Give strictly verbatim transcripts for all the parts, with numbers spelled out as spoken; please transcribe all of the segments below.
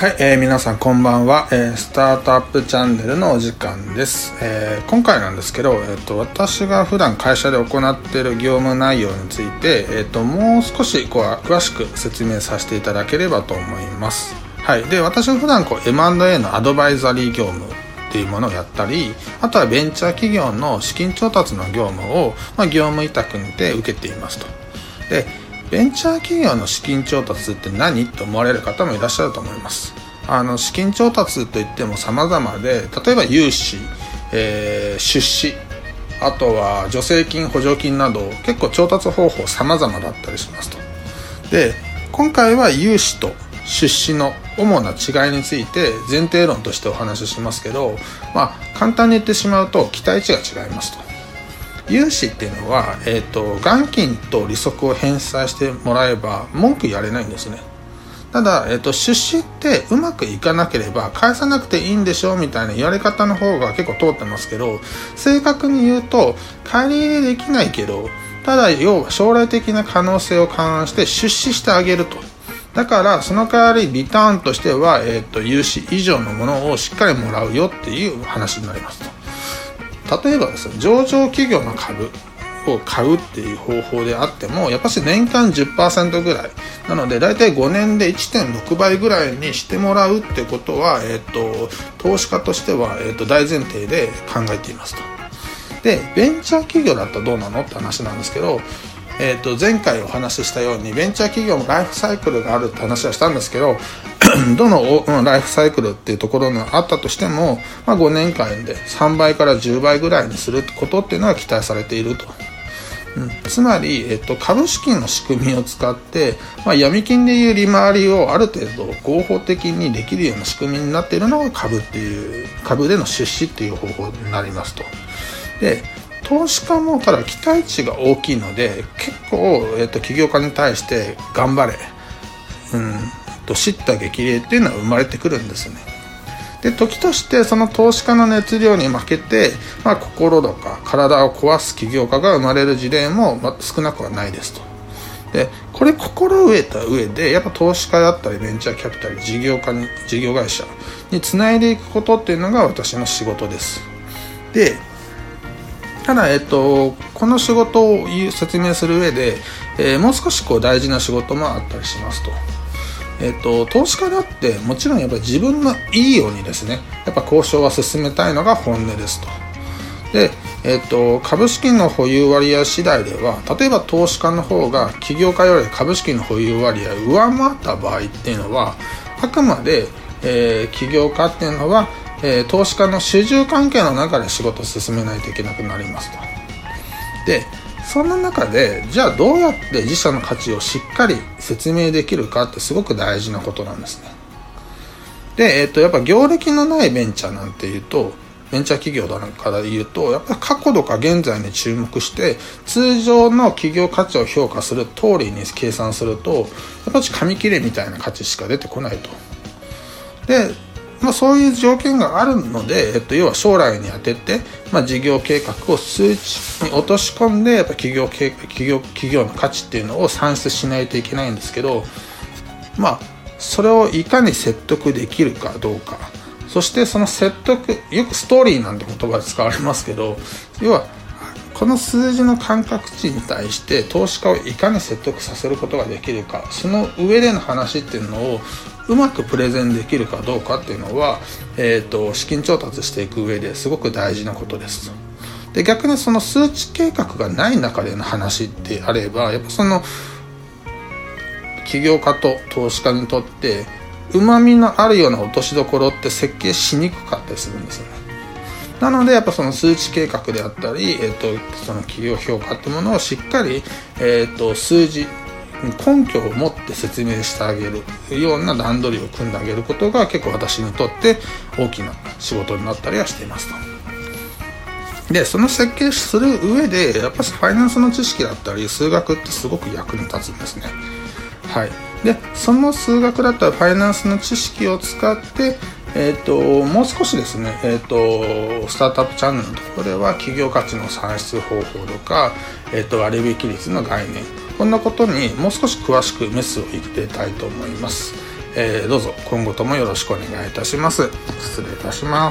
はい、えー、皆さんこんばんは、えー、スタートアップチャンネルのお時間です。えー、今回なんですけど、えー、と私が普段会社で行っている業務内容について、えー、ともう少しこう詳しく説明させていただければと思います。はい、で私は普段こう エムアンドエー のアドバイザリー業務っていうものをやったり、あとはベンチャー企業の資金調達の業務を、まあ、業務委託にて受けていますと。でベンチャー企業の資金調達って何と思われる方もいらっしゃると思います。あの資金調達といっても様々で、例えば融資、えー、出資、あとは助成金、補助金など結構調達方法様々だったりしますと。で今回は融資と出資の主な違いについて前提論としてお話ししますけど、まあ簡単に言ってしまうと期待値が違いますと。融資っていうのは、えーと、元金と利息を返済してもらえば文句やれないんですね。ただ、えーと、出資ってうまくいかなければ返さなくていいんでしょみたいな言われ方の方が結構通ってますけど、正確に言うと借り入れできないけど、ただ要は将来的な可能性を勘案して出資してあげると。だからその代わりリターンとしては、えーと、融資以上のものをしっかりもらうよっていう話になりますと。例えばですね、上場企業の株を買うっていう方法であっても、やっぱし年間 じゅっパーセント ぐらいなので、だいたいごねんで いってんろくばいぐらいにしてもらうってことは、えーと、投資家としては、えーと、大前提で考えていますと。でベンチャー企業だったらどうなのって話なんですけど、えーと、前回お話ししたようにベンチャー企業もライフサイクルがあるって話はしたんですけど、どのライフサイクルっていうところがあったとしても、まあ、ごねんかんでさんばいからじゅうばいぐらいにすることっていうのは期待されていると。うん、つまり、えっと、株式の仕組みを使って、まあ、闇金でいう利回りをある程度合法的にできるような仕組みになっているのが株っていう株での出資っていう方法になりますと。で投資家もただ期待値が大きいので、結構、えっと、起業家に対して頑張れ、うん、と叱咤激励っていうのは生まれてくるんですよね。で時としてその投資家の熱量に負けて、まあ、心とか体を壊す起業家が生まれる事例も、まあ、少なくはないですと。でこれ心を得た上でやっぱ投資家だったりベンチャーキャピタル、事業家に事業会社につないでいくことっていうのが私の仕事です。でただ、えっと、この仕事を説明する上で、えー、もう少しこう大事な仕事もあったりしますと。えっと、投資家だってもちろんやっぱり自分のいいようにですね、やっぱ交渉は進めたいのが本音ですと。で、えっと、株式の保有割合次第では、例えば投資家の方が起業家より株式の保有割合を上回った場合っていうのは、あくまで、えー、起業家っていうのは、えー、投資家の主従関係の中で仕事を進めないといけなくなりますと。でそんな中で、じゃあどうやって自社の価値をしっかり説明できるかってすごく大事なことなんですね。で、えっと、やっぱ業歴のないベンチャーなんていうと、ベンチャー企業なんかで言うと、やっぱり過去とか現在に注目して、通常の企業価値を評価する通りに計算すると、やっぱり紙切れみたいな価値しか出てこないと。でまあ、そういう条件があるので、えっと、要は将来に当てて、まあ、事業計画を数値に落とし込んで、やっぱ企業計企業企業の価値っていうのを算出しないといけないんですけど、まあそれをいかに説得できるかどうか、そしてその説得、よくストーリーなんて言葉で使われますけど、要はこの数字の感覚値に対して投資家をいかに説得させることができるか、その上での話っていうのをうまくプレゼンできるかどうかっていうのは、えーと、資金調達していく上ですごく大事なことです。で逆にその数値計画がない中での話であれば、やっぱその起業家と投資家にとってうまみのあるような落としどころって設計しにくかったりするんですよね。なのでやっぱその数値計画であったり、えーと、その企業評価ってものをしっかり、えーと、数字根拠を持って説明してあげるような段取りを組んであげることが結構私にとって大きな仕事になったりはしていますと。でその設計する上でやっぱりファイナンスの知識だったり数学ってすごく役に立つんですね。はい、でその数学だったらファイナンスの知識を使ってえー、ともう少しですね、えー、とスタートアップチャンネルのところでは企業価値の算出方法とか、えー、と割引率の概念、こんなことにもう少し詳しくメスを入れていたいと思います。 えー、どうぞ今後ともよろしくお願いいたします。失礼いたします。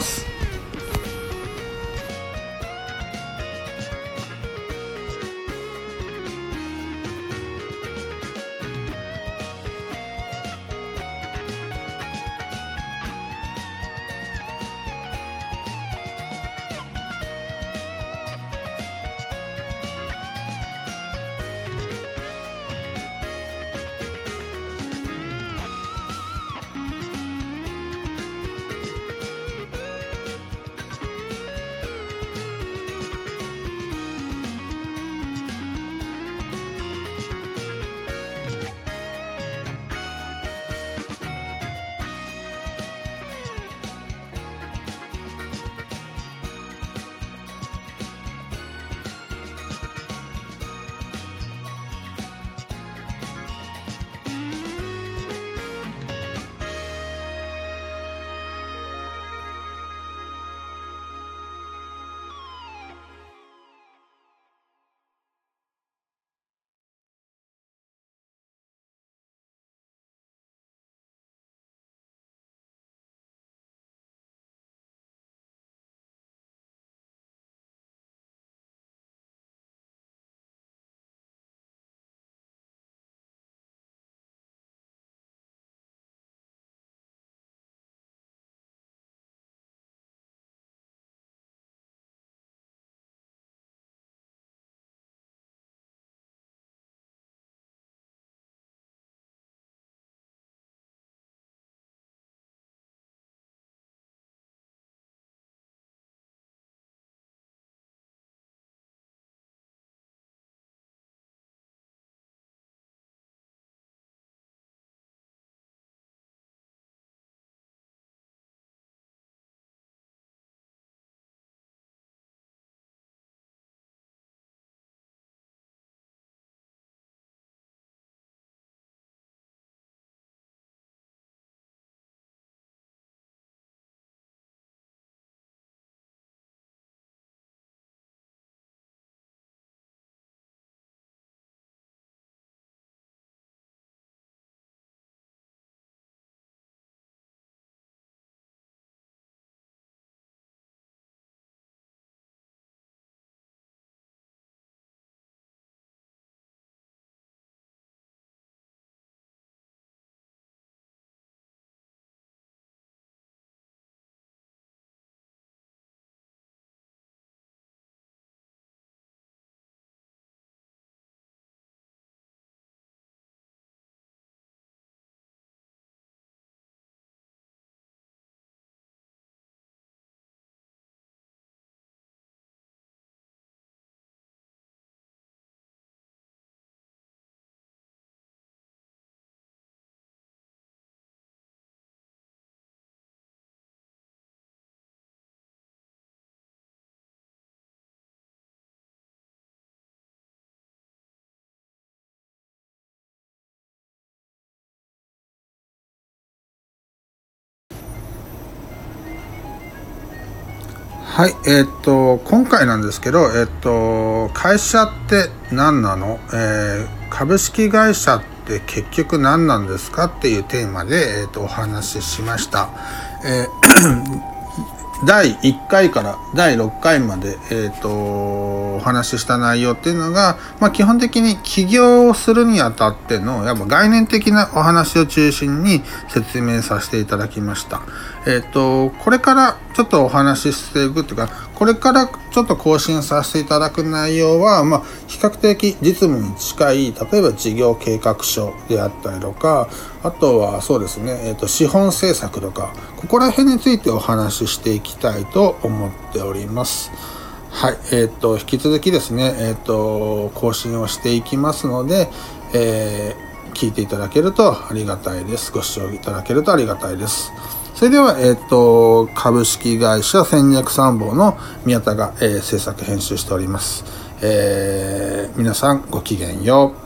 はい、えー、っと今回なんですけど、えー、っと会社って何なの、えー、株式会社って結局何なんですかっていうテーマで、えー、っとお話ししました。えーだいいっかいからだいろっかいまで、えー、とお話しした内容っていうのが、まあ、基本的に起業をするにあたってのやっぱ概念的なお話を中心に説明させていただきました。えー、とこれからちょっとお話ししていくというか、これからちょっと更新させていただく内容は、まあ、比較的実務に近い、例えば事業計画書であったりとか、あとはそうですね、えー、と資本政策とか、ここら辺についてお話ししていきたいと思っております。はい、えっ、ー、と引き続きですね、えっ、ー、と更新をしていきますので、えー、聞いていただけるとありがたいです。ご視聴いただけるとありがたいです。それでは、えっ、ー、と株式会社戦略参謀の宮田が、えー、制作編集しております。えー、皆さんごきげんよう。